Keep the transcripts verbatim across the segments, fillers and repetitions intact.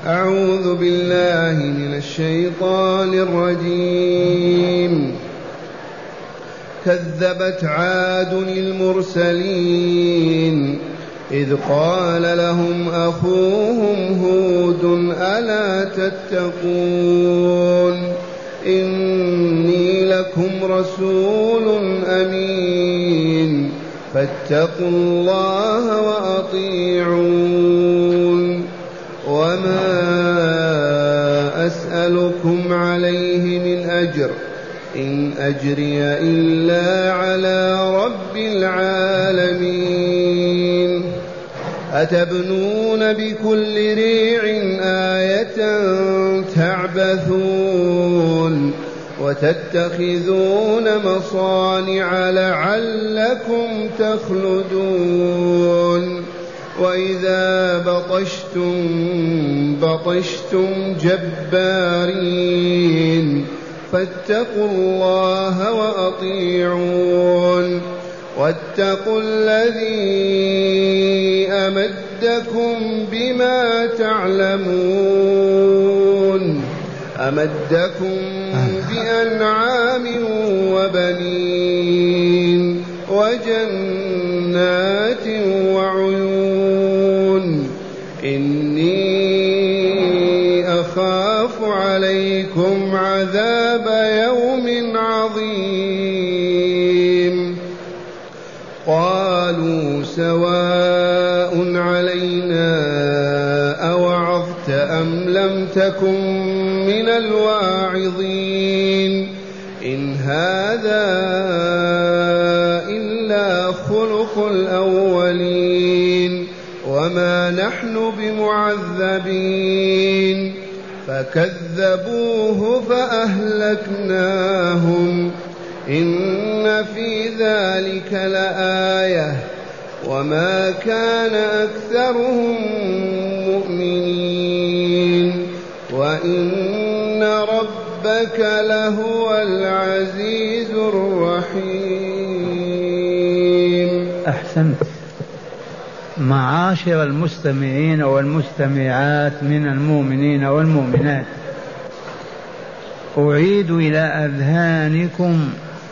أعوذ بالله من الشيطان الرجيم. كذبت عاد المرسلين إذ قال لهم أخوهم هود ألا تتقون إني لكم رسول أمين فاتقوا الله وأطيعون وما أسألكم عليه من أجر إن أجري إلا على رب العالمين. أتبنون بكل ريع آية تعبثون وتتخذون مصانع لعلكم تخلدون وإذا بطشتم بطشتم جبارين فاتقوا الله وأطيعون واتقوا الذي أمدكم بما تعلمون أمدكم بأنعام وبنين وجنات وعيون إني أخاف عليكم عذاب يوم عظيم. قالوا سواء علينا أوعظت أم لم تكن من الواعظين إن هذا إلا خلق الأولين وما نحن بمعذبين. فكذبوه فأهلكناهم إن في ذلك لآية وما كان أكثرهم مؤمنين وإن ربك لهو العزيز الرحيم. أحسنت. معاشر المستمعين والمستمعات من المؤمنين والمؤمنات، أعيد إلى أذهانكم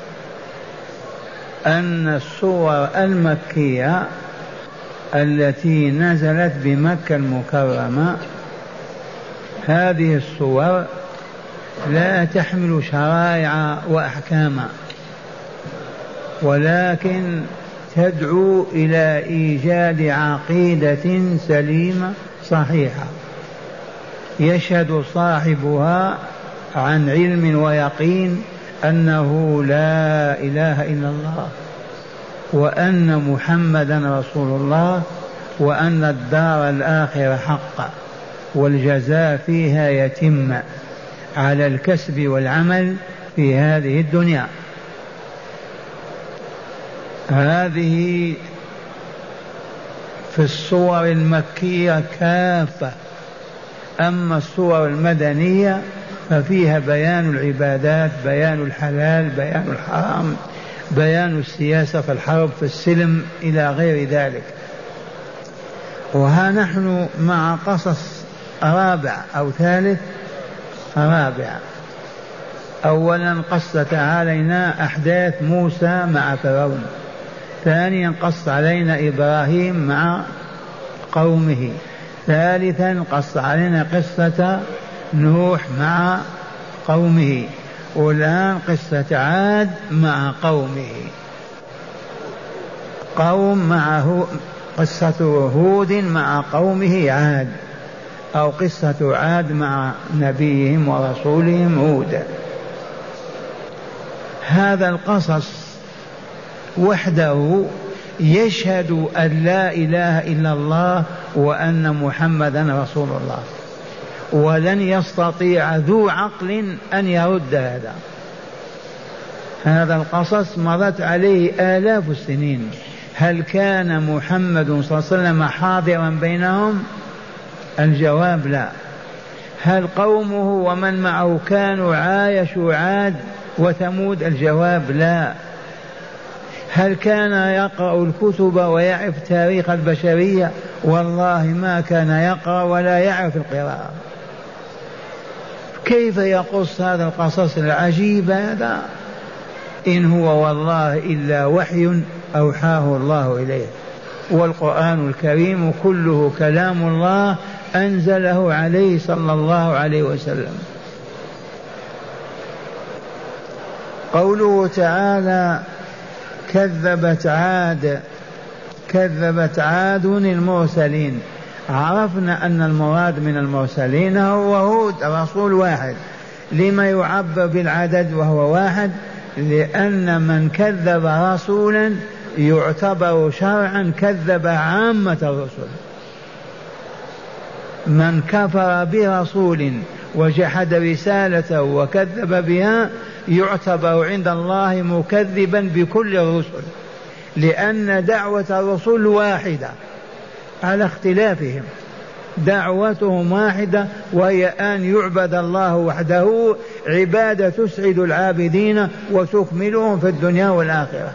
أن السور المكية التي نزلت بمكة المكرمة هذه السور لا تحمل شرائع وأحكاما، ولكن تدعو إلى إيجاد عقيدة سليمة صحيحة يشهد صاحبها عن علم ويقين أنه لا إله إلا الله وأن محمدا رسول الله وأن الدار الآخرة حق والجزاء فيها يتم على الكسب والعمل في هذه الدنيا. هذه في الصور المكية كافة. أما الصور المدنية ففيها بيان العبادات، بيان الحلال، بيان الحرام، بيان السياسة في الحرب، في السلم، إلى غير ذلك. وها نحن مع قصص رابع أو ثالث رابع. أولا قصت علينا أحداث موسى مع فرعون، ثانيا قص علينا إبراهيم مع قومه، ثالثا قص علينا قصة نوح مع قومه، والآن قصة عاد مع قومه. قوم معه قصة هود مع قومه عاد، أو قصة عاد مع نبيهم ورسولهم هود. هذا القصص وحده يشهد أن لا إله إلا الله وأن محمدا رسول الله، ولن يستطيع ذو عقل أن يرد هذا. هذا القصص مضت عليه آلاف السنين. هل كان محمد صلى الله عليه وسلم حاضرا بينهم؟ الجواب لا. هل قومه ومن معه كانوا عايشوا عاد وثمود؟ الجواب لا. هل كان يقرأ الكتب ويعرف تاريخ البشرية؟ والله ما كان يقرأ ولا يعرف القراءة. كيف يقص هذا القصص العجيب هذا؟ إن هو والله إلا وحي أوحاه الله إليه، والقرآن الكريم كله كلام الله أنزله عليه صلى الله عليه وسلم. قوله تعالى كذبت عاد، كذبت عاد المرسلين. عرفنا أن المراد من المرسلين هو هود رسول واحد. لما يعبر بالعدد وهو واحد؟ لأن من كذب رسولا يعتبر شرعا كذب عامة الرسل. من كفر برسول وجحد رسالته وكذب بها يعتبر عند الله مكذبا بكل الرسل، لأن دعوة الرسل واحدة على اختلافهم، دعوتهم واحدة، وهي أن يعبد الله وحده عبادة تسعد العابدين وتكملهم في الدنيا والآخرة.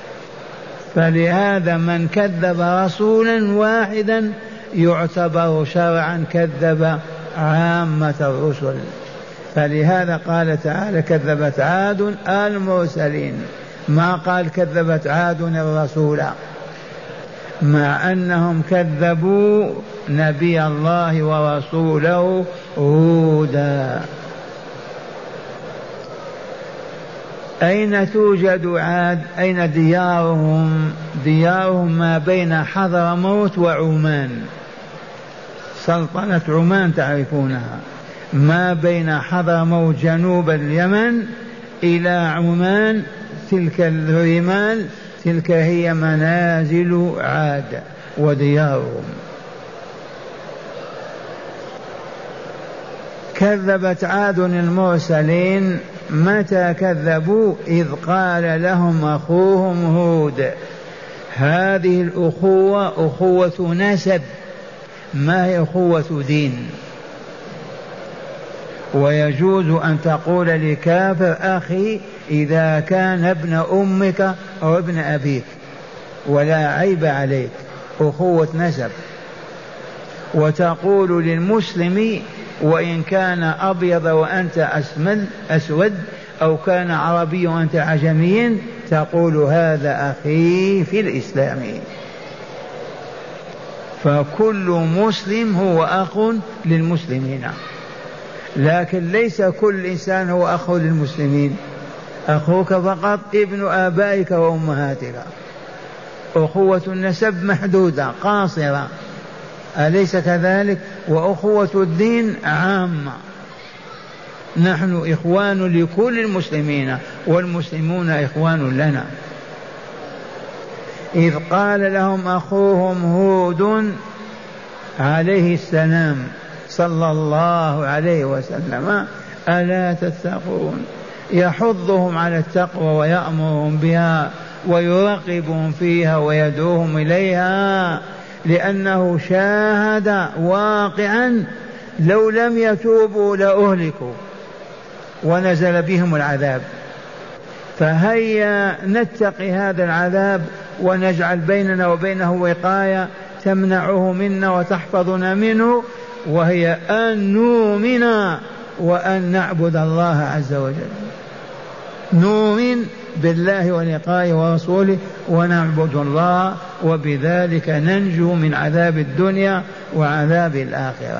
فلهذا من كذب رسولا واحدا يعتبر شرعا كذب عامة الرسل. فلهذا قال تعالى كذبت عاد المرسلين، ما قال كذبت عاد الرسول، مع أنهم كذبوا نبي الله ورسوله هودا. أين توجد عاد؟ أين ديارهم؟ ديارهم ما بين حضرموت وعمان، سلطنة عمان تعرفونها، ما بين حضرموت جنوب اليمن إلى عمان، تلك الرمال تلك هي منازل عاد وديارهم. كذبت عاد المرسلين. متى كذبوا؟ إذ قال لهم أخوهم هود. هذه الأخوة أخوة نسب، ما هي أخوة دين. ويجوز أن تقول لكافر أخي إذا كان ابن أمك أو ابن أبيك، ولا عيب عليك، أخوة نسب. وتقول للمسلم وإن كان أبيض وأنت أسمد أسود، أو كان عربي وأنت عجمي، تقول هذا أخي في الإسلام. فكل مسلم هو أخ للمسلمين، لكن ليس كل إنسان هو أخ للمسلمين. أخوك فقط ابن آبائك وأمهاتك. أخوة النسب محدودة قاصرة، أليس كذلك؟ وأخوة الدين عامة، نحن إخوان لكل المسلمين والمسلمون إخوان لنا. إذ قال لهم أخوهم هود عليه السلام صلى الله عليه وسلم ألا تتقون، يحضهم على التقوى ويأمرهم بها ويرغبهم فيها ويدعوهم إليها، لأنه شاهد واقعا لو لم يتوبوا لأهلكوا ونزل بهم العذاب. فهيا نتقي هذا العذاب ونجعل بيننا وبينه وقاية تمنعه منا وتحفظنا منه، وهي أن نؤمن وأن نعبد الله عز وجل. نؤمن بالله ولقائه ورسوله ونعبد الله، وبذلك ننجو من عذاب الدنيا وعذاب الآخرة.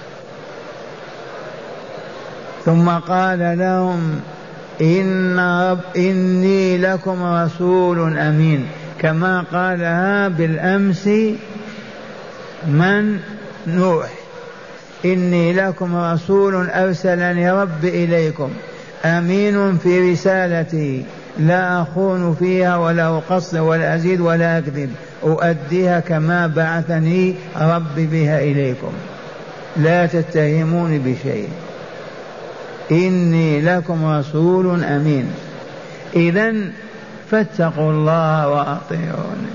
ثم قال لهم إن رب إني لكم رسول أمين، كما قالها بالأمس من نوح، إني لكم رسول أرسلني رب إليكم أمين في رسالتي لا أخون فيها ولا أقصر ولا أزيد ولا أكذب، أؤديها كما بعثني ربي بها إليكم، لا تتهموني بشيء، إني لكم رسول أمين. إذن فاتقوا الله وأطيعوني.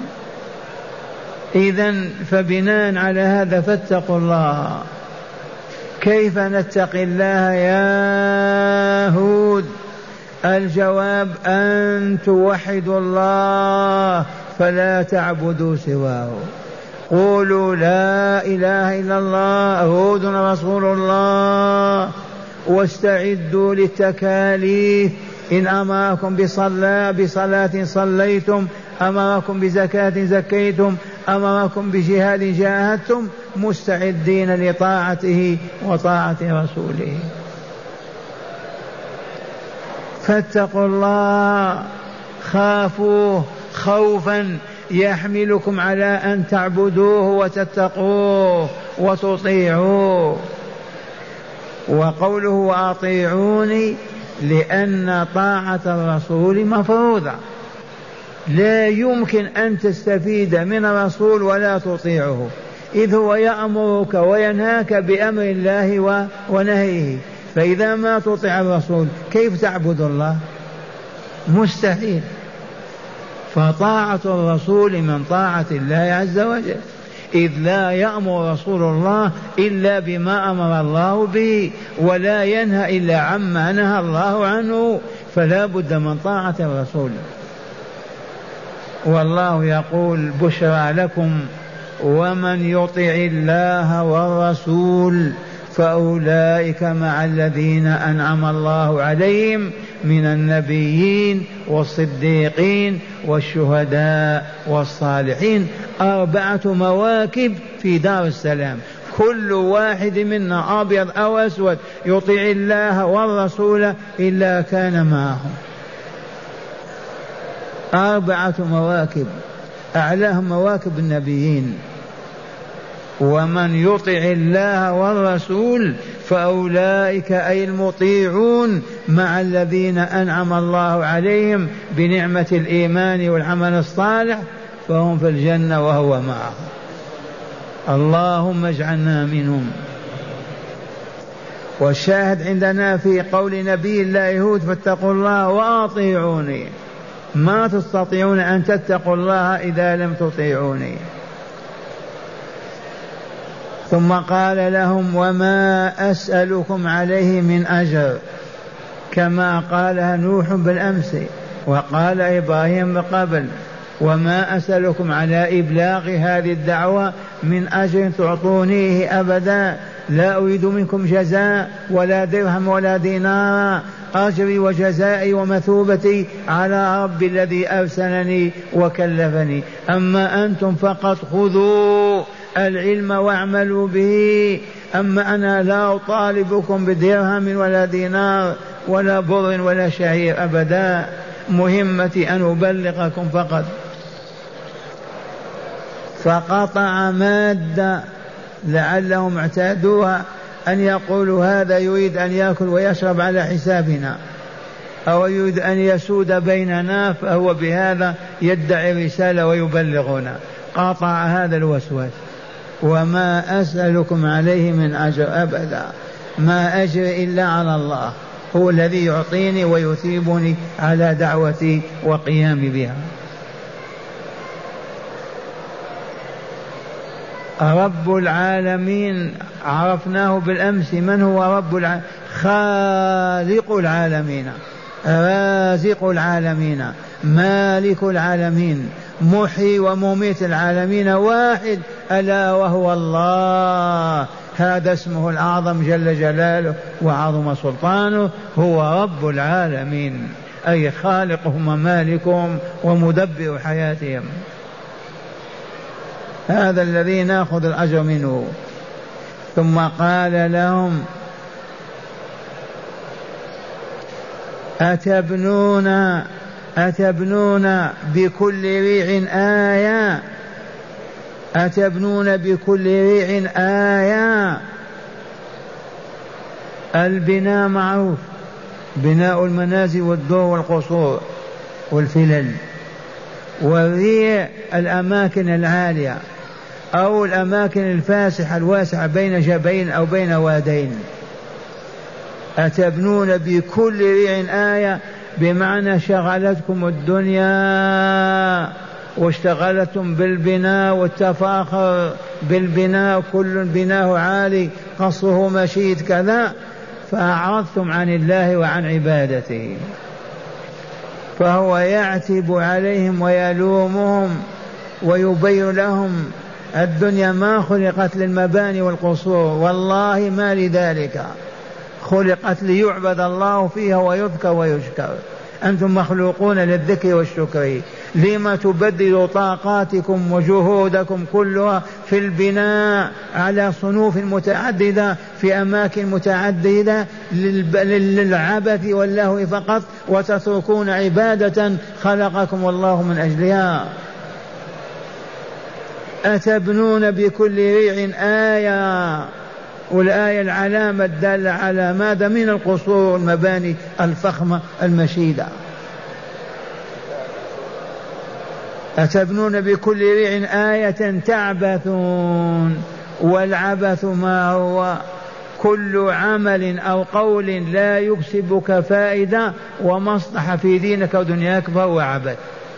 إذن فبناء على هذا فاتقوا الله. كيف نتقي الله يا هود؟ الجواب أن توحدوا الله فلا تعبدوا سواه. قولوا لا إله إلا الله هود رسول الله، واستعدوا للتكاليف. إن أمركم بصلاة بصلاة صليتم، أمركم بزكاة زكيتم، أمركم بجهاد جاهدتم، مستعدين لطاعته وطاعة رسوله. فاتقوا الله، خافوه خوفا يحملكم على أن تعبدوه وتتقوه وتطيعوه. وقوله وأطيعوني لأن طاعة الرسول مفروضة، لا يمكن أن تستفيد من الرسول ولا تطيعه، إذ هو يأمرك وينهاك بأمر الله ونهيه، فإذا ما تطيع الرسول كيف تعبد الله؟ مستحيل. فطاعة الرسول من طاعة الله عز وجل، إذ لا يأمر رسول الله إلا بما أمر الله به، ولا ينهى إلا عما نهى الله عنه، فلا بد من طاعة الرسول. والله يقول بشرى لكم ومن يطع الله والرسول فأولئك مع الذين أنعم الله عليهم من النبيين والصديقين والشهداء والصالحين. أربعة مواكب في دار السلام، كل واحد منا أبيض أو أسود يطيع الله والرسول إلا كان معهم. أربعة مواكب أعلاهم مواكب النبيين. ومن يطع الله والرسول فأولئك أي المطيعون مع الذين أنعم الله عليهم بنعمة الإيمان والعمل الصالح، فهم في الجنة وهو معهم. اللهم اجعلنا منهم. والشاهد عندنا في قول نبي الله هود فاتقوا الله وأطيعوني. ما تستطيعون أن تتقوا الله إذا لم تطيعوني. ثم قال لهم وما أسألكم عليه من أجر، كما قالها نوح بالأمس وقال إبراهيم قبل، وما أسألكم على إبلاغ هذه الدعوة من أجر تعطونيه أبدا، لا أريد منكم جزاء ولا درهم ولا دينار، أجري وجزائي ومثوبتي على ربي الذي أرسلني وكلفني. أما أنتم فقط خذوا العلم واعملوا به، أما أنا لا أطالبكم بدرهم ولا دينار ولا بر ولا شعير أبدا، مهمتي أن أبلغكم فقط. فقطع مادة لعلهم اعتادوها أن يقولوا هذا يريد أن يأكل ويشرب على حسابنا، أو يريد أن يسود بيننا، فهو بهذا يدعي رسالة ويبلغنا. قطع هذا الوسواس. وما أسألكم عليه من أجر أبدا، ما أجر إلا على الله، هو الذي يعطيني ويثيبني على دعوتي وقيامي بها. رب العالمين عرفناه بالأمس، من هو رب العالمين؟ خالق العالمين، رازق العالمين، مالك العالمين، محيي ومميت العالمين، واحد ألا وهو الله. هذا اسمه الأعظم جل جلاله وعظم سلطانه، هو رب العالمين، أي خالقهم ومالكهم ومدبر حياتهم. هذا الذي ناخذ الأجر منه. ثم قال لهم أتبنون أتبنون بكل ريع آية، أتبنون بكل ريع آية. البناء معروف، بناء المنازل والدور والقصور والفلل، والريع الأماكن العالية أو الأماكن الفاسحة الواسعة بين جبين أو بين وادين. أتبنون بكل ريع آية بمعنى شغلتكم الدنيا واشتغلتم بالبناء والتفاخر بالبناء، كل بناه عالي قصره مشيد كذا، فأعرضتم عن الله وعن عبادته. فهو يعتب عليهم ويلومهم ويبين لهم الدنيا ما خلقت للمباني والقصور، والله ما لذلك، خلقت ليعبد الله فيها ويذكر ويشكر. أنتم مخلوقون للذكر والشكر، لما تبدلوا طاقاتكم وجهودكم كلها في البناء على صنوف متعددة في أماكن متعددة للعبث واللهو فقط، وتتركون عبادة خلقكم الله من أجلها؟ أتبنون بكل ريع آية، والآية العلامة الدالة على ماذا؟ من القصور والمباني الفخمة المشيدة. أتبنون بكل ريع آية تعبثون، والعبث ما هو؟ كل عمل أو قول لا يكسبك فائدة ومصلحة في دينك ودنياك فهو عبث.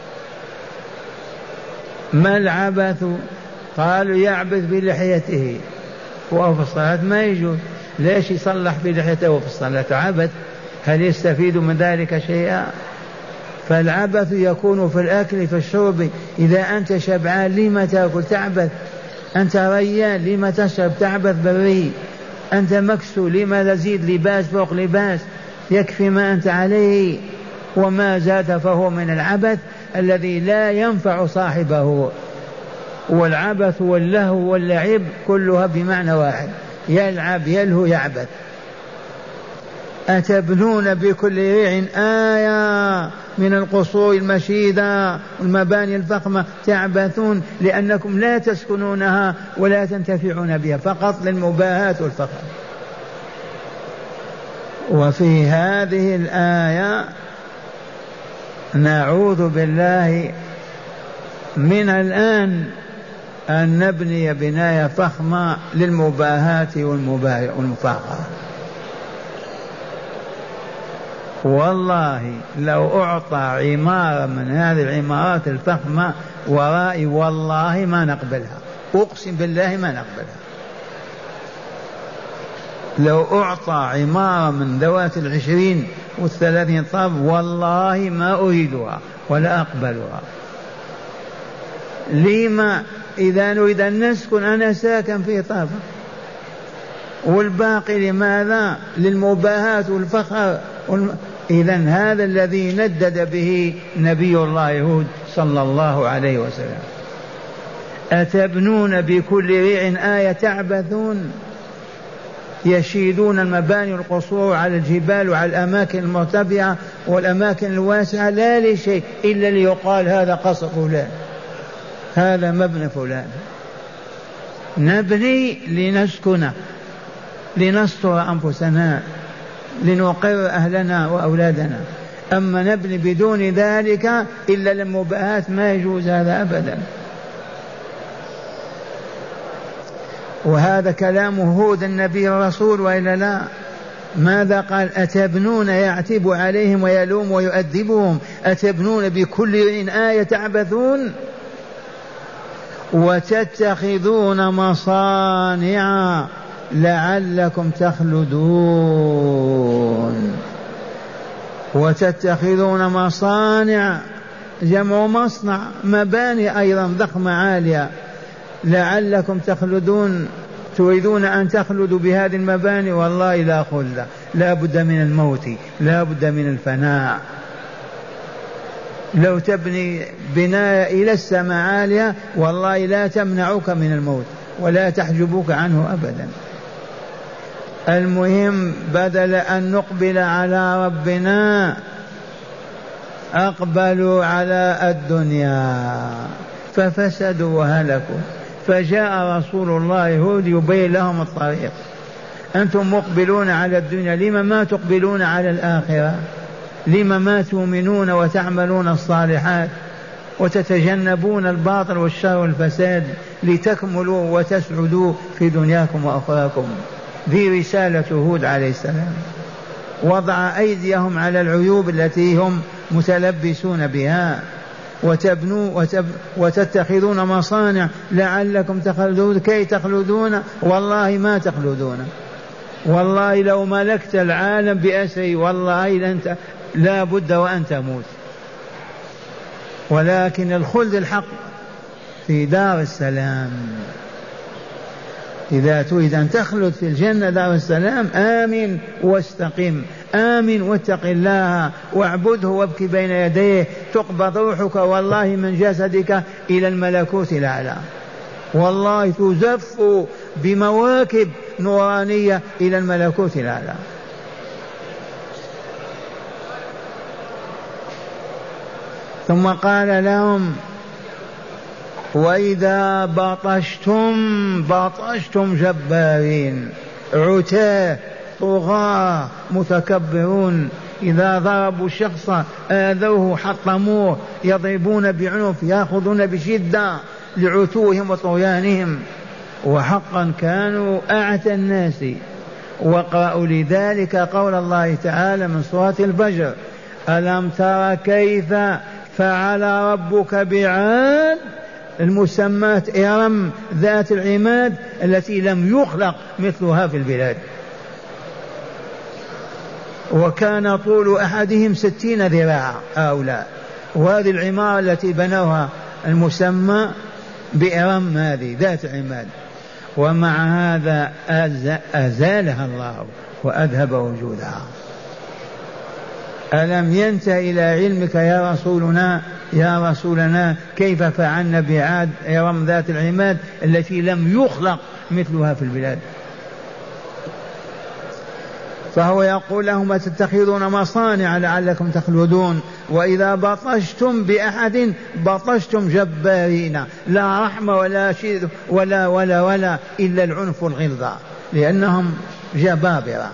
ما العبث؟ قالوا يعبث بلحيته وهو في الصلاة ما يجوز. ليش يصلح بلحيته وفي الصلاة؟ عبث. هل يستفيد من ذلك شيئا؟ فالعبث يكون في الأكل في الشرب. إذا أنت شبعان لما تأكل؟ تعبث. أنت ريان لما تشرب؟ تعبث بالري. أنت مكسو لما تزيد لباس فوق لباس؟ يكفي ما أنت عليه، وما زاد فهو من العبث الذي لا ينفع صاحبه. والعبث واللهو واللعب كلها بمعنى واحد، يلعب يلهو يعبث. أتبنون بكل ريع آية من القصور المشيدة والمباني الفخمة تعبثون، لأنكم لا تسكنونها ولا تنتفعون بها، فقط للمباهات والفخر. وفي هذه الآية نعوذ بالله من الآن أن نبني بناية فخمة للمباهات والمفاخرة. والله لو أعطى عمارة من هذه العمارات الفخمة ورائي والله ما نقبلها، أقسم بالله ما نقبلها. لو أعطى عمارة من ذوات العشرين والثلاثين طاب والله ما أريدها ولا أقبلها. لما؟ إذا نريد أن نسكن أنا ساكن في طابة، والباقي لماذا؟ للمباهات والفخر والم... إذن هذا الذي ندد به نبي الله هود صلى الله عليه وسلم. أتبنون بكل ريع آية تعبثون، يشيدون المباني والقصور على الجبال وعلى الأماكن المرتفعة والأماكن الواسعة لا لشيء إلا ليقال هذا قصر فلان، هذا مبنى فلان. نبني لنسكن، لنستر أنفسنا، لنقر أهلنا وأولادنا. أما نبني بدون ذلك إلا للمباهات ما يجوز هذا أبدا. وهذا كلام هود النبي الرسول وإلا لا؟ ماذا قال؟ أتبنون، يعتب عليهم ويلوم ويؤدبهم، أتبنون بكل آية تعبثون وتتخذون مصانع لعلكم تخلدون. وتتخذون مصانع جمع مصنع، مباني أيضا ضخمة عالية، لعلكم تخلدون. تريدون أن تخلدوا بهذه المباني؟ والله لا خلد، لا بد من الموت، لا بد من الفناء. لو تبني بناء إلى السماء عالية والله لا تمنعك من الموت ولا تحجبك عنه أبدا. المهم بدل أن نقبل على ربنا أقبلوا على الدنيا ففسدوا وهلكوا. فجاء رسول الله هود يبين لهم الطريق. أنتم مقبلون على الدنيا، لما ما تقبلون على الآخرة؟ لما ما تؤمنون وتعملون الصالحات وتتجنبون الباطل والشر والفساد لتكملوا وتسعدوا في دنياكم وأخراكم؟ ذي رسالة هود عليه السلام. وضع أيديهم على العيوب التي هم متلبسون بها. وتبنوا وتب وتتخذون مصانع لعلكم تخلدون. كي تخلدون؟ والله ما تخلدون. والله لو ملكت العالم بأسره والله لن لا بد وأن تموت. ولكن الخلد الحق في دار السلام. إذا تريد أن تخلد في الجنة دار السلام آمن واستقم، آمن واتق الله واعبده وابكي بين يديه، تقبض روحك والله من جسدك إلى الملكوت الأعلى، والله تزف بمواكب نورانية إلى الملكوت الأعلى. ثم قال لهم وإذا بطشتم بطشتم جبارين، عتاه طغاة متكبرون، إذا ضربوا الشخص آذوه حطموه، يضربون بعنف، يأخذون بشدة لعتوهم وطغيانهم، وحقا كانوا أعتى الناس. وقرأوا لذلك قول الله تعالى من سورة الفجر: ألم تر كيف فعل ربك بعاد، المسماة إرم ذات العماد التي لم يخلق مثلها في البلاد، وكان طول أحدهم ستين ذراعا هؤلاء، وهذه العمارة التي بنوها المسمى بإرم هذه ذات العماد، ومع هذا أزالها الله وأذهب وجودها. ألم ينتهي إلى علمك يا رسولنا يا رسولنا كيف فعلنا بعاد إرم ذات العماد التي لم يخلق مثلها في البلاد؟ فهو يقول لهم تتخذون مصانع لعلكم تخلدون، وإذا بطشتم بأحد بطشتم جبارين، لا رحمة ولا شيء ولا ولا ولا إلا العنف والغلظة، لأنهم جبابرة.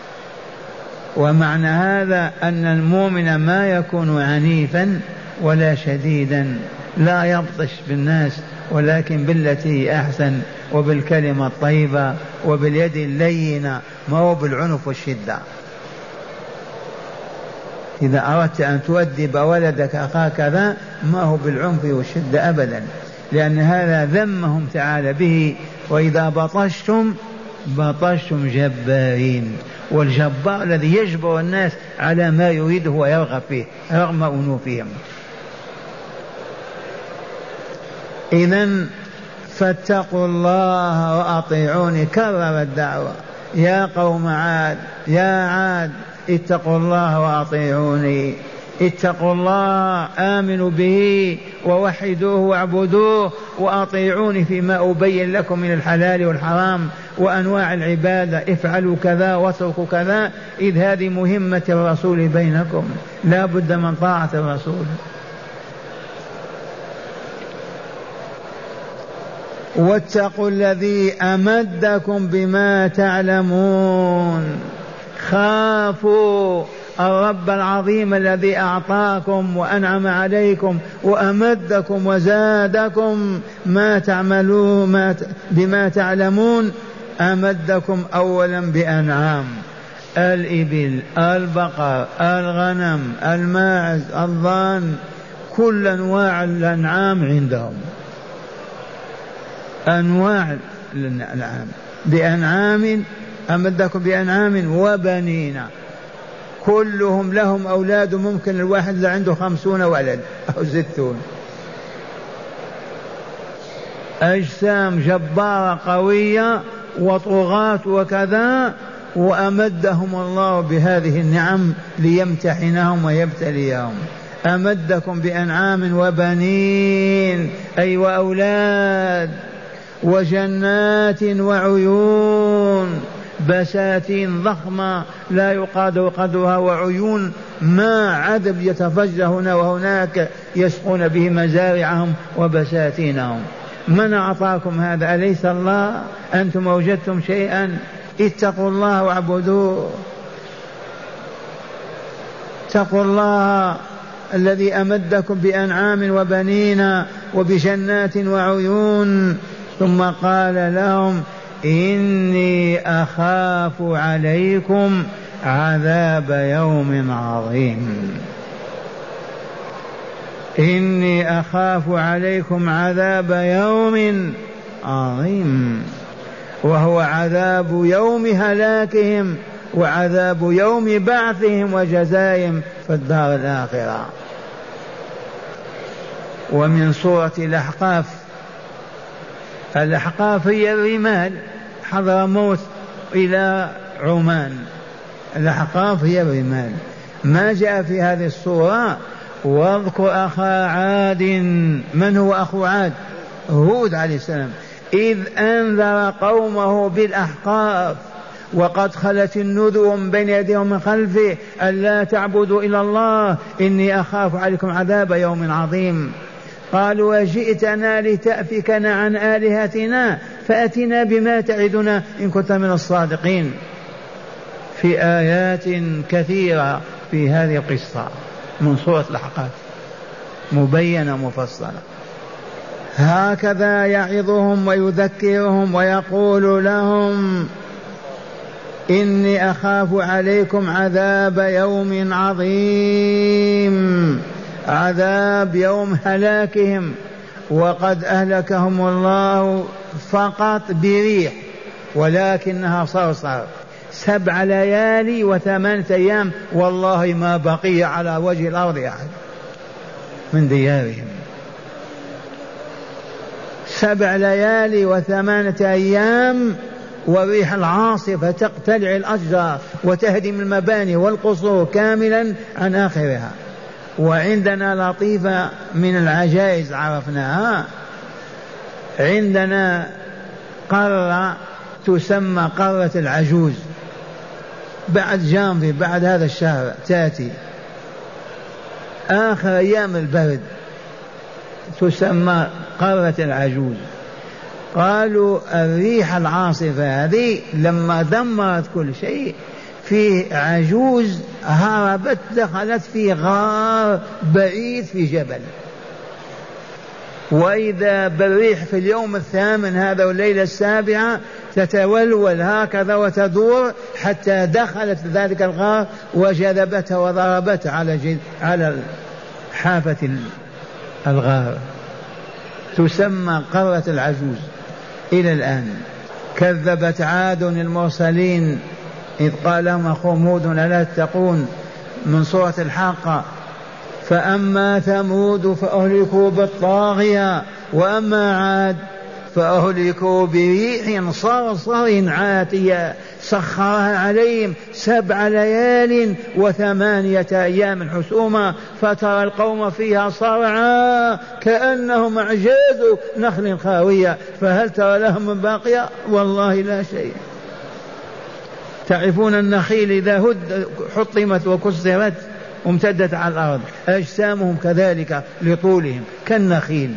ومعنى هذا أن المؤمن ما يكون عنيفا ولا شديدا، لا يبطش بالناس، ولكن بالتي أحسن، وبالكلمة الطيبة، وباليد اللينة، ما هو بالعنف والشدة. إذا أردت أن تؤدب ولدك هكذا ما هو بالعنف والشدة أبدا، لأن هذا ذمهم تعالى به: وإذا بطشتم بطشتم جبارين. والجبار الذي يجبر الناس على ما يريده ويرغب فيه رغم أنوفهم. إذن فاتقوا الله وأطيعوني، كرر الدعوة: يا قوم عاد يا عاد اتقوا الله وأطيعوني، اتقوا الله، آمنوا به ووحدوه واعبدوه، وأطيعوني فيما أبين لكم من الحلال والحرام وأنواع العبادة، افعلوا كذا واتركوا كذا، إذ هذه مهمة الرسول بينكم، لا بد من طاعة الرسول. واتقوا الذي أمدكم بما تعلمون، خافوا الرب العظيم الذي أعطاكم وأنعم عليكم وأمدكم وزادكم ما تعملون ما بما تعلمون. أمدكم أولا بأنعام: الإبل، البقر، الغنم، الماعز، الضان، كل أنواع الأنعام عندهم، أنواع الأنعام، بأنعام أمدكم بأنعام وبنين، كلهم لهم أولاد، ممكن الواحد اللي عنده خمسون ولد أو ستون، أجسام جبارة قوية وطغاة وكذا، وأمدهم الله بهذه النعم ليمتحنهم ويبتليهم. أمدكم بأنعام وبنين أي وأولاد، وجنات وعيون، بساتين ضخمة لا يقادر قدرها، وعيون ما عذب يتفجر هنا وهناك يسقون به مزارعهم وبساتينهم. من أعطاكم هذا؟ أليس الله؟ أنتم وجدتم شيئا؟ اتقوا الله واعبدوه، اتقوا الله الذي أمدكم بأنعام وبنين وبجنات وعيون. ثم قال لهم: إني أخاف عليكم عذاب يوم عظيم، إني أخاف عليكم عذاب يوم عظيم، وهو عذاب يوم هلاكهم وعذاب يوم بعثهم وجزائهم في الدار الآخرة. ومن سورة الأحقاف. الأحقاف هي الرمال، حضرموت إلى عمان، الأحقاف هي الرمال. ما جاء في هذه السورة واذكر أخا عاد. من هو أخو عاد؟ هود عليه السلام، إذ أنذر قومه بالأحقاف وقد خلت النذر من بين يديه ومن خلفه ألا تعبدوا إلا الله إني أخاف عليكم عذاب يوم عظيم. قالوا وجئتنا لتأفكنا عن آلهتنا فأتنا بما تعدنا إن كنت من الصادقين. في آيات كثيرة في هذه القصة من سورة الأحقاف مبينة مفصلة. هكذا يعظهم ويذكرهم ويقول لهم إني أخاف عليكم عذاب يوم عظيم، عذاب يوم هلاكهم. وقد أهلكهم الله فقط بريح ولكنها صرصر، سبع ليالي وثمانية أيام، والله ما بقي على وجه الأرض أحد من ديارهم. سبع ليالي وثمانية أيام، والريح العاصفة تقتلع الأشجار وتهدم المباني والقصور كاملا عن آخرها. وعندنا لطيفة من العجائز عرفناها، عندنا قارة تسمى قارة العجوز، بعد جانفي بعد هذا الشهر تأتي آخر أيام البرد، تسمى قارة العجوز. قالوا الريح العاصفة هذه لما دمرت كل شيء، في عجوز هربت دخلت في غار بعيد في جبل، وإذا بالريح في اليوم الثامن هذا والليلة السابعة تتولول هكذا وتدور حتى دخلت في ذلك الغار وجذبتها وضربتها على جد على حافة الغار، تسمى قارة العجوز إلى الآن. كذبت عاد المرسلين إذ قال لهم أخوهم هود ألا تتقون من سورة الحاقة. فأما ثمود فأهلكوا بالطاغية وأما عاد فأهلكوا بريح صرصر عاتية سخرها عليهم سبع ليال وثمانية أيام حسوما فترى القوم فيها صرعى كأنهم أعجاز نخل خاوية فهل ترى لهم من باقية؟ والله لا شيء. تعرفون النخيل إذا هد حطمت وكسرت وامتدت على الأرض أجسامهم كذلك لطولهم كالنخيل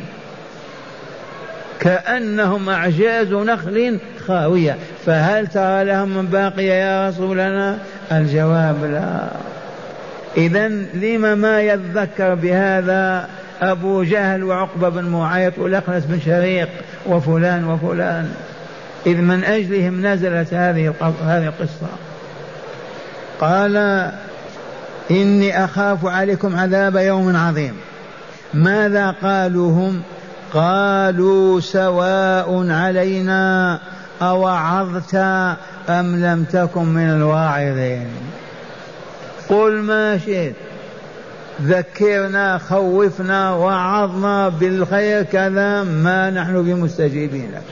كأنهم أعجاز نخل خاوية فهل ترى لهم من باقية يا رسولنا؟ الجواب لا. إذن لما ما يذكر بهذا أبو جهل وعقبة بن معيط والأخنس بن شريق وفلان وفلان؟ إذ من أجلهم نزلت هذه هذه القصة. قال إني أخاف عليكم عذاب يوم عظيم. ماذا قالوا هم؟ قالوا سواء علينا أوعظت أم لم تكن من الواعظين. قل ما شئت، ذكرنا خوفنا وعظنا بالخير كذا، ما نحن بمستجيبين لك.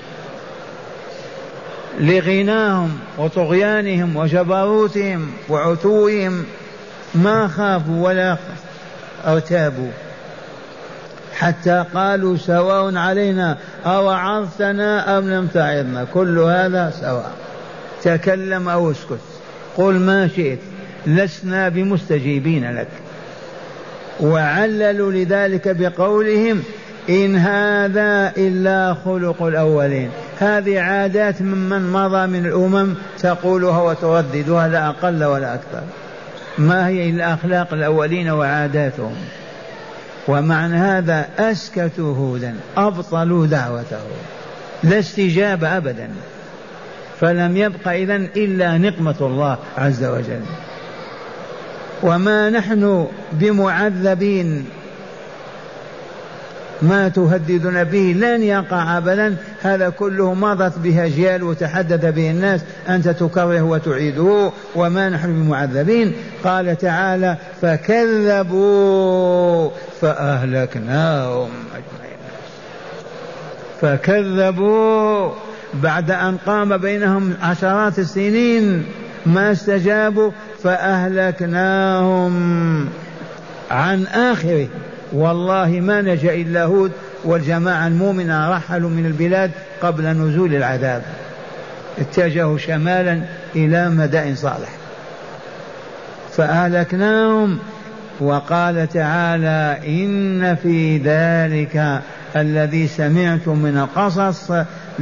لغناهم وطغيانهم وجبروتهم وعتوهم ما خافوا ولا ارتابوا حتى قالوا سواء علينا أوعظتنا أم لم تعظنا، كل هذا سواء، تكلم أو اسكت، قل ما شئت لسنا بمستجيبين لك. وعللوا لذلك بقولهم إن هذا إلا خلق الأولين. هذه عادات ممن مضى من الأمم تقولها وترددها لا أقل ولا أكثر، ما هي إلا أخلاق الأولين وعاداتهم. ومعنى هذا أسكتوا هودا، أبطلوا دعوته، لا استجابة أبدا، فلم يبق إذن إلا نقمة الله عز وجل. وما نحن بمعذبين ما تهددون به لن يقع أبدا، هذا كله مضت به أجيال وتحدث به الناس، أنت تكره وتعيده وما نحن بمعذبين. قال تعالى فكذبوا فأهلكناهم أجمعين. فكذبوا بعد أن قام بينهم عشرات السنين ما استجابوا فأهلكناهم عن آخره. والله ما نجا إلا هود والجماعة المؤمنة رحلوا من البلاد قبل نزول العذاب، اتجهوا شمالا إلى مدائن صالح فأهلكناهم. وقال تعالى إن في ذلك الذي سمعتم من القصص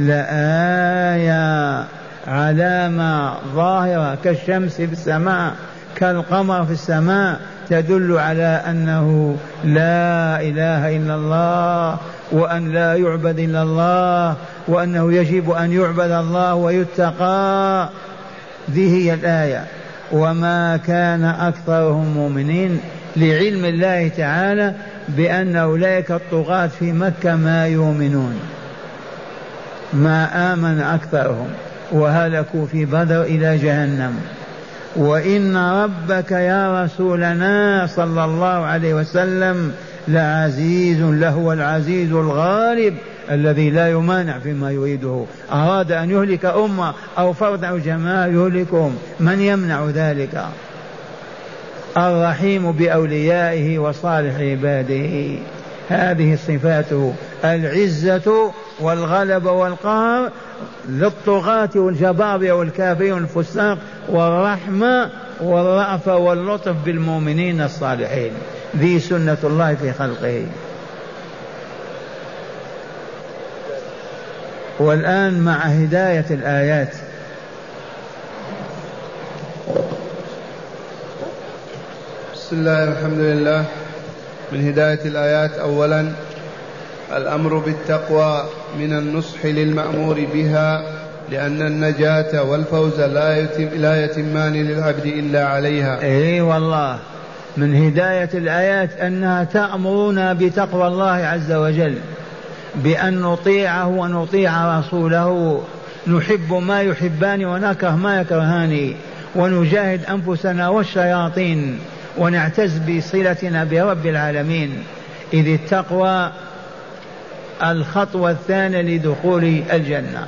لآية، علامة ظاهرة كالشمس في السماء كالقمر في السماء تدل على أنه لا إله إلا الله وأن لا يعبد إلا الله وأنه يجب أن يعبد الله ويتقى. ذي هي الآية. وما كان أكثرهم مؤمنين، لعلم الله تعالى بأن أولئك الطغاة في مكة ما يؤمنون، ما آمن أكثرهم وهلكوا في بدر إلى جهنم. وإن ربك يا رسولنا صلى الله عليه وسلم لعزيز لهو العزيز الغالب الذي لا يمانع فيما يريده. أراد أن يهلك أمة أو فرد أو جماعة يهلكهم، من يمنع ذلك؟ الرحيم بأوليائه وصالح عباده. هذه صفاته، العزة والغلبة والقهر للطغاة والجبابرة والكافرين والفساق، والرحمة والرأفة واللطف بالمؤمنين الصالحين. ذي سنة الله في خلقه. والآن مع هداية الآيات. بسم الله والحمد لله. من هداية الآيات أولا الأمر بالتقوى من النصح للمأمور بها، لأن النجاة والفوز لا يتم لا يتمان للعبد إلا عليها. اي والله من هداية الآيات أنها تأمرنا بتقوى الله عز وجل، بأن نطيعه ونطيع رسوله، نحب ما يحبان ونكره ما يكرهان، ونجاهد أنفسنا والشياطين، ونعتز بصلتنا برب العالمين. إذ التقوى الخطوة الثانية لدخول الجنة،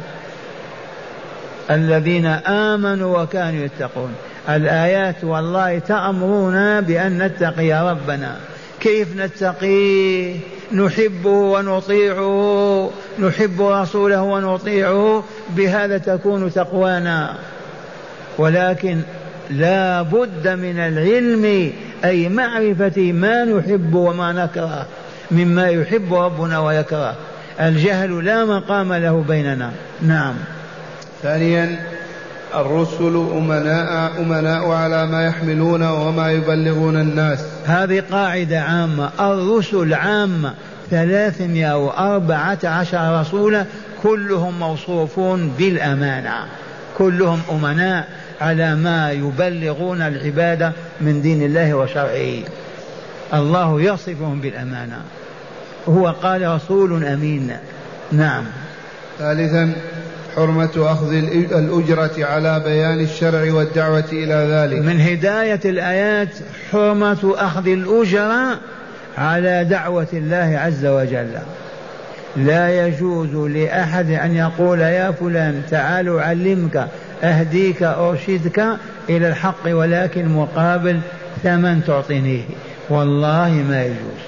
الذين آمنوا وكانوا يتقون. الآيات والله تأمرنا بأن نتقي ربنا. كيف نتقيه؟ نحبه ونطيعه، نحب رسوله ونطيعه، بهذا تكون تقوانا. ولكن لا بد من العلم، أي معرفة ما نحب وما نكره مما يحب ربنا ويكره. الجهل لا مقام له بيننا. نعم. ثانيا الرسل أمناء, أمناء على ما يحملون وما يبلغون الناس. هذه قاعدة عامة. الرسل عامة ثلاثمائة وأربعة عشر رسولا كلهم موصوفون بالأمانة، كلهم أمناء على ما يبلغون العبادة من دين الله وشرعه. الله يصفهم بالأمانة، هو قال رسول أمين. نعم. ثالثا حرمة أخذ الأجرة على بيان الشرع والدعوة إلى ذلك. من هداية الآيات حرمة أخذ الأجرة على دعوة الله عز وجل. لا يجوز لأحد أن يقول يا فلان تعال أعلمك أهديك أرشدك إلى الحق ولكن مقابل ثمن تعطينيه، والله ما يجوز.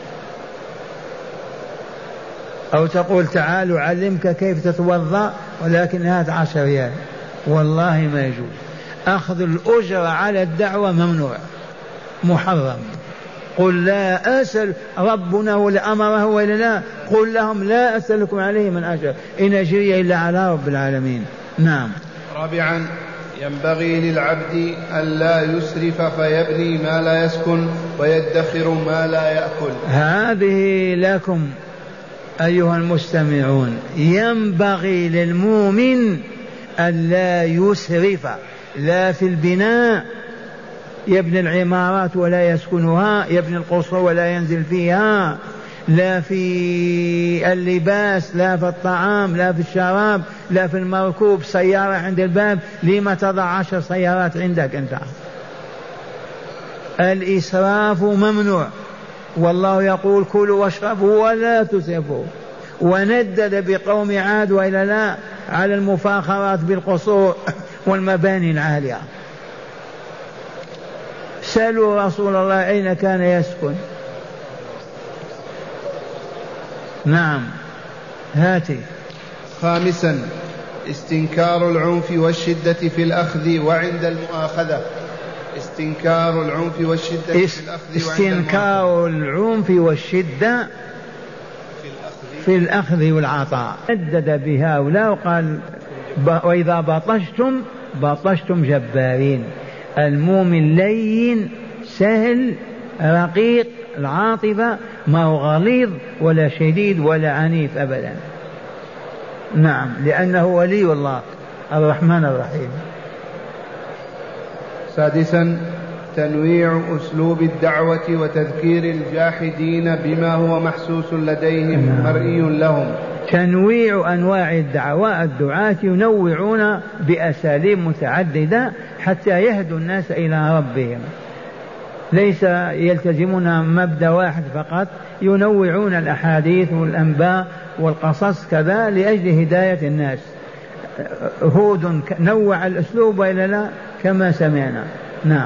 أو تقول تعال أعلمك كيف تتوضأ ولكن هات عشر ريال، والله ما يجوز. أخذ الأجرة على الدعوة ممنوع محرم. قل لا أسأل ربنا ولا أمره ولا لا، قل لهم لا أسألكم عليه من أجر إن أجري إلا على رب العالمين. نعم. رابعا ينبغي للعبد أن لا يسرف فيبني ما لا يسكن ويدخر ما لا يأكل. هذه لكم أيها المستمعون. ينبغي للمؤمن أن لا يسرف، لا في البناء يبني العمارات ولا يسكنها، يبني القصور ولا ينزل فيها، لا في اللباس، لا في الطعام، لا في الشراب، لا في المركوب. سيارة عند الباب، لما تضع عشر سيارات عندك أنت؟ الإسراف ممنوع، والله يقول كلوا واشربوا ولا تسرفوا. وندد بقوم عاد وإلى لا على المفاخرات بالقصور والمباني العالية. سألوا رسول الله أين كان يسكن. نعم هاتي. خامسا استنكار العنف والشدة في الأخذ وعند المؤاخذة. استنكار العنف والشدة في الأخذ وعند استنكار العنف والشدة في الأخذ والعطاء. ندد بهؤلاء وقال وإذا بطشتم بطشتم جبارين. المؤمن لين سهل رقيق العاطفة، ما هو غليظ ولا شديد ولا عنيف أبدا. نعم لأنه ولي الله الرحمن الرحيم. سادسا تنويع أسلوب الدعوة وتذكير الجاحدين بما هو محسوس لديهم مرئي لهم. تنويع أنواع الدعوة، الدعاة ينوعون بأساليب متعددة حتى يهدوا الناس إلى ربهم، ليس يلتزمون مبدأ واحد فقط، ينوعون الأحاديث والأنباء والقصص كذا لأجل هداية الناس. هود نوع الأسلوب وإلا لا كما سمعنا. نعم.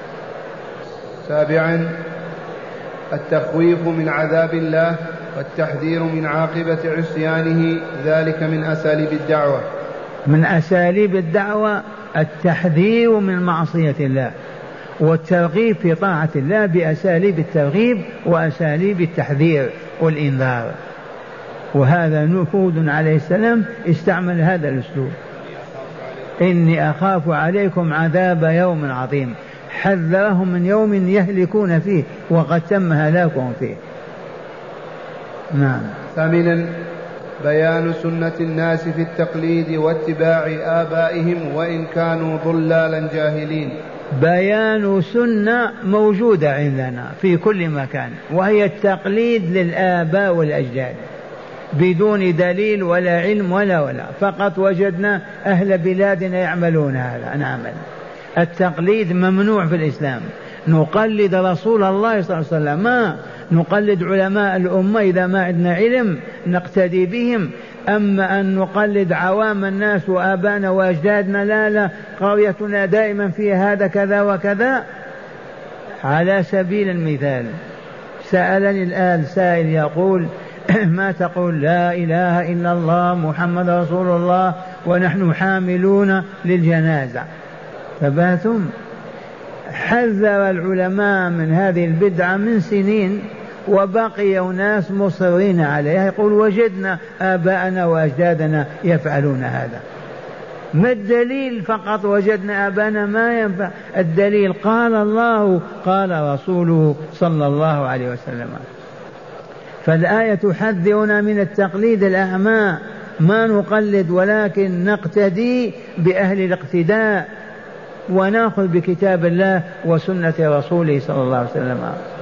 سابعا التخويف من عذاب الله والتحذير من عاقبة عصيانه، ذلك من أساليب الدعوة. من أساليب الدعوة التحذير من معصية الله والترغيب في طاعة الله بأساليب الترغيب وأساليب التحذير والإنذار. وهذا هود عليه السلام استعمل هذا الأسلوب. إني أخاف عليكم عذاب يوم عظيم. حذرهم من يوم يهلكون فيه وقد تم هلاكهم فيه. نعم. ثامنا بيان سنة الناس في التقليد واتباع آبائهم وإن كانوا ضلالا جاهلين. بيان سنة موجودة عندنا في كل مكان، وهي التقليد للآباء والأجداد بدون دليل ولا علم ولا ولا فقط وجدنا أهل بلادنا يعملون هذا نعمل. التقليد ممنوع في الإسلام. نقلد رسول الله صلى الله عليه وسلم، ما نقلد علماء الأمة إذا ما عندنا علم نقتدي بهم. أما أن نقلد عوام الناس وآبانا وأجدادنا لا لا، قريتنا دائما فيها هذا كذا وكذا. على سبيل المثال سألني الآن سائل يقول ما تقول لا إله إلا الله محمد رسول الله ونحن حاملون للجنازة. فباتم حذر العلماء من هذه البدعة من سنين وبقي ناس مصرين عليها، يقول وجدنا آباءنا وأجدادنا يفعلون هذا. ما الدليل؟ فقط وجدنا آباءنا ما ينفع. الدليل قال الله قال رسوله صلى الله عليه وسلم. فالآية تحذرنا من التقليد الأعمى، ما نقلد ولكن نقتدي بأهل الاقتداء ونأخذ بكتاب الله وسنة رسوله صلى الله عليه وسلم.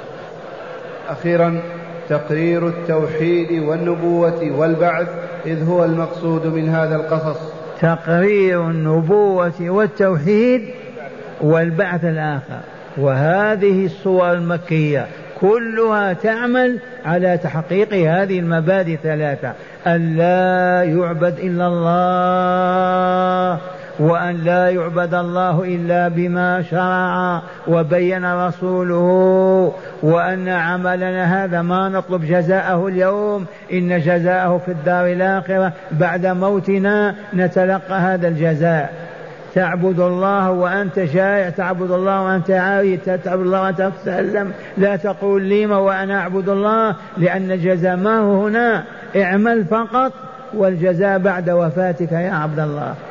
أخيرا تقرير التوحيد والنبوة والبعث، إذ هو المقصود من هذا القصص. تقرير النبوة والتوحيد والبعث الآخر. وهذه الصور المكية كلها تعمل على تحقيق هذه المبادئ الثلاثة: أن لا يعبد إلا الله، وأن لا يعبد الله إلا بما شرع وبين رسوله، وأن عملنا هذا ما نطلب جزاءه اليوم، إن جزاءه في الدار الآخرة، بعد موتنا نتلقى هذا الجزاء. تعبد الله وأنت جائع، تعبد الله وأنت عاري، تعبد الله وأنت تتألم، لا تقول لي ما وأنا أعبد الله، لأن الجزاء ما هو هنا، اعمل فقط والجزاء بعد وفاتك يا عبد الله.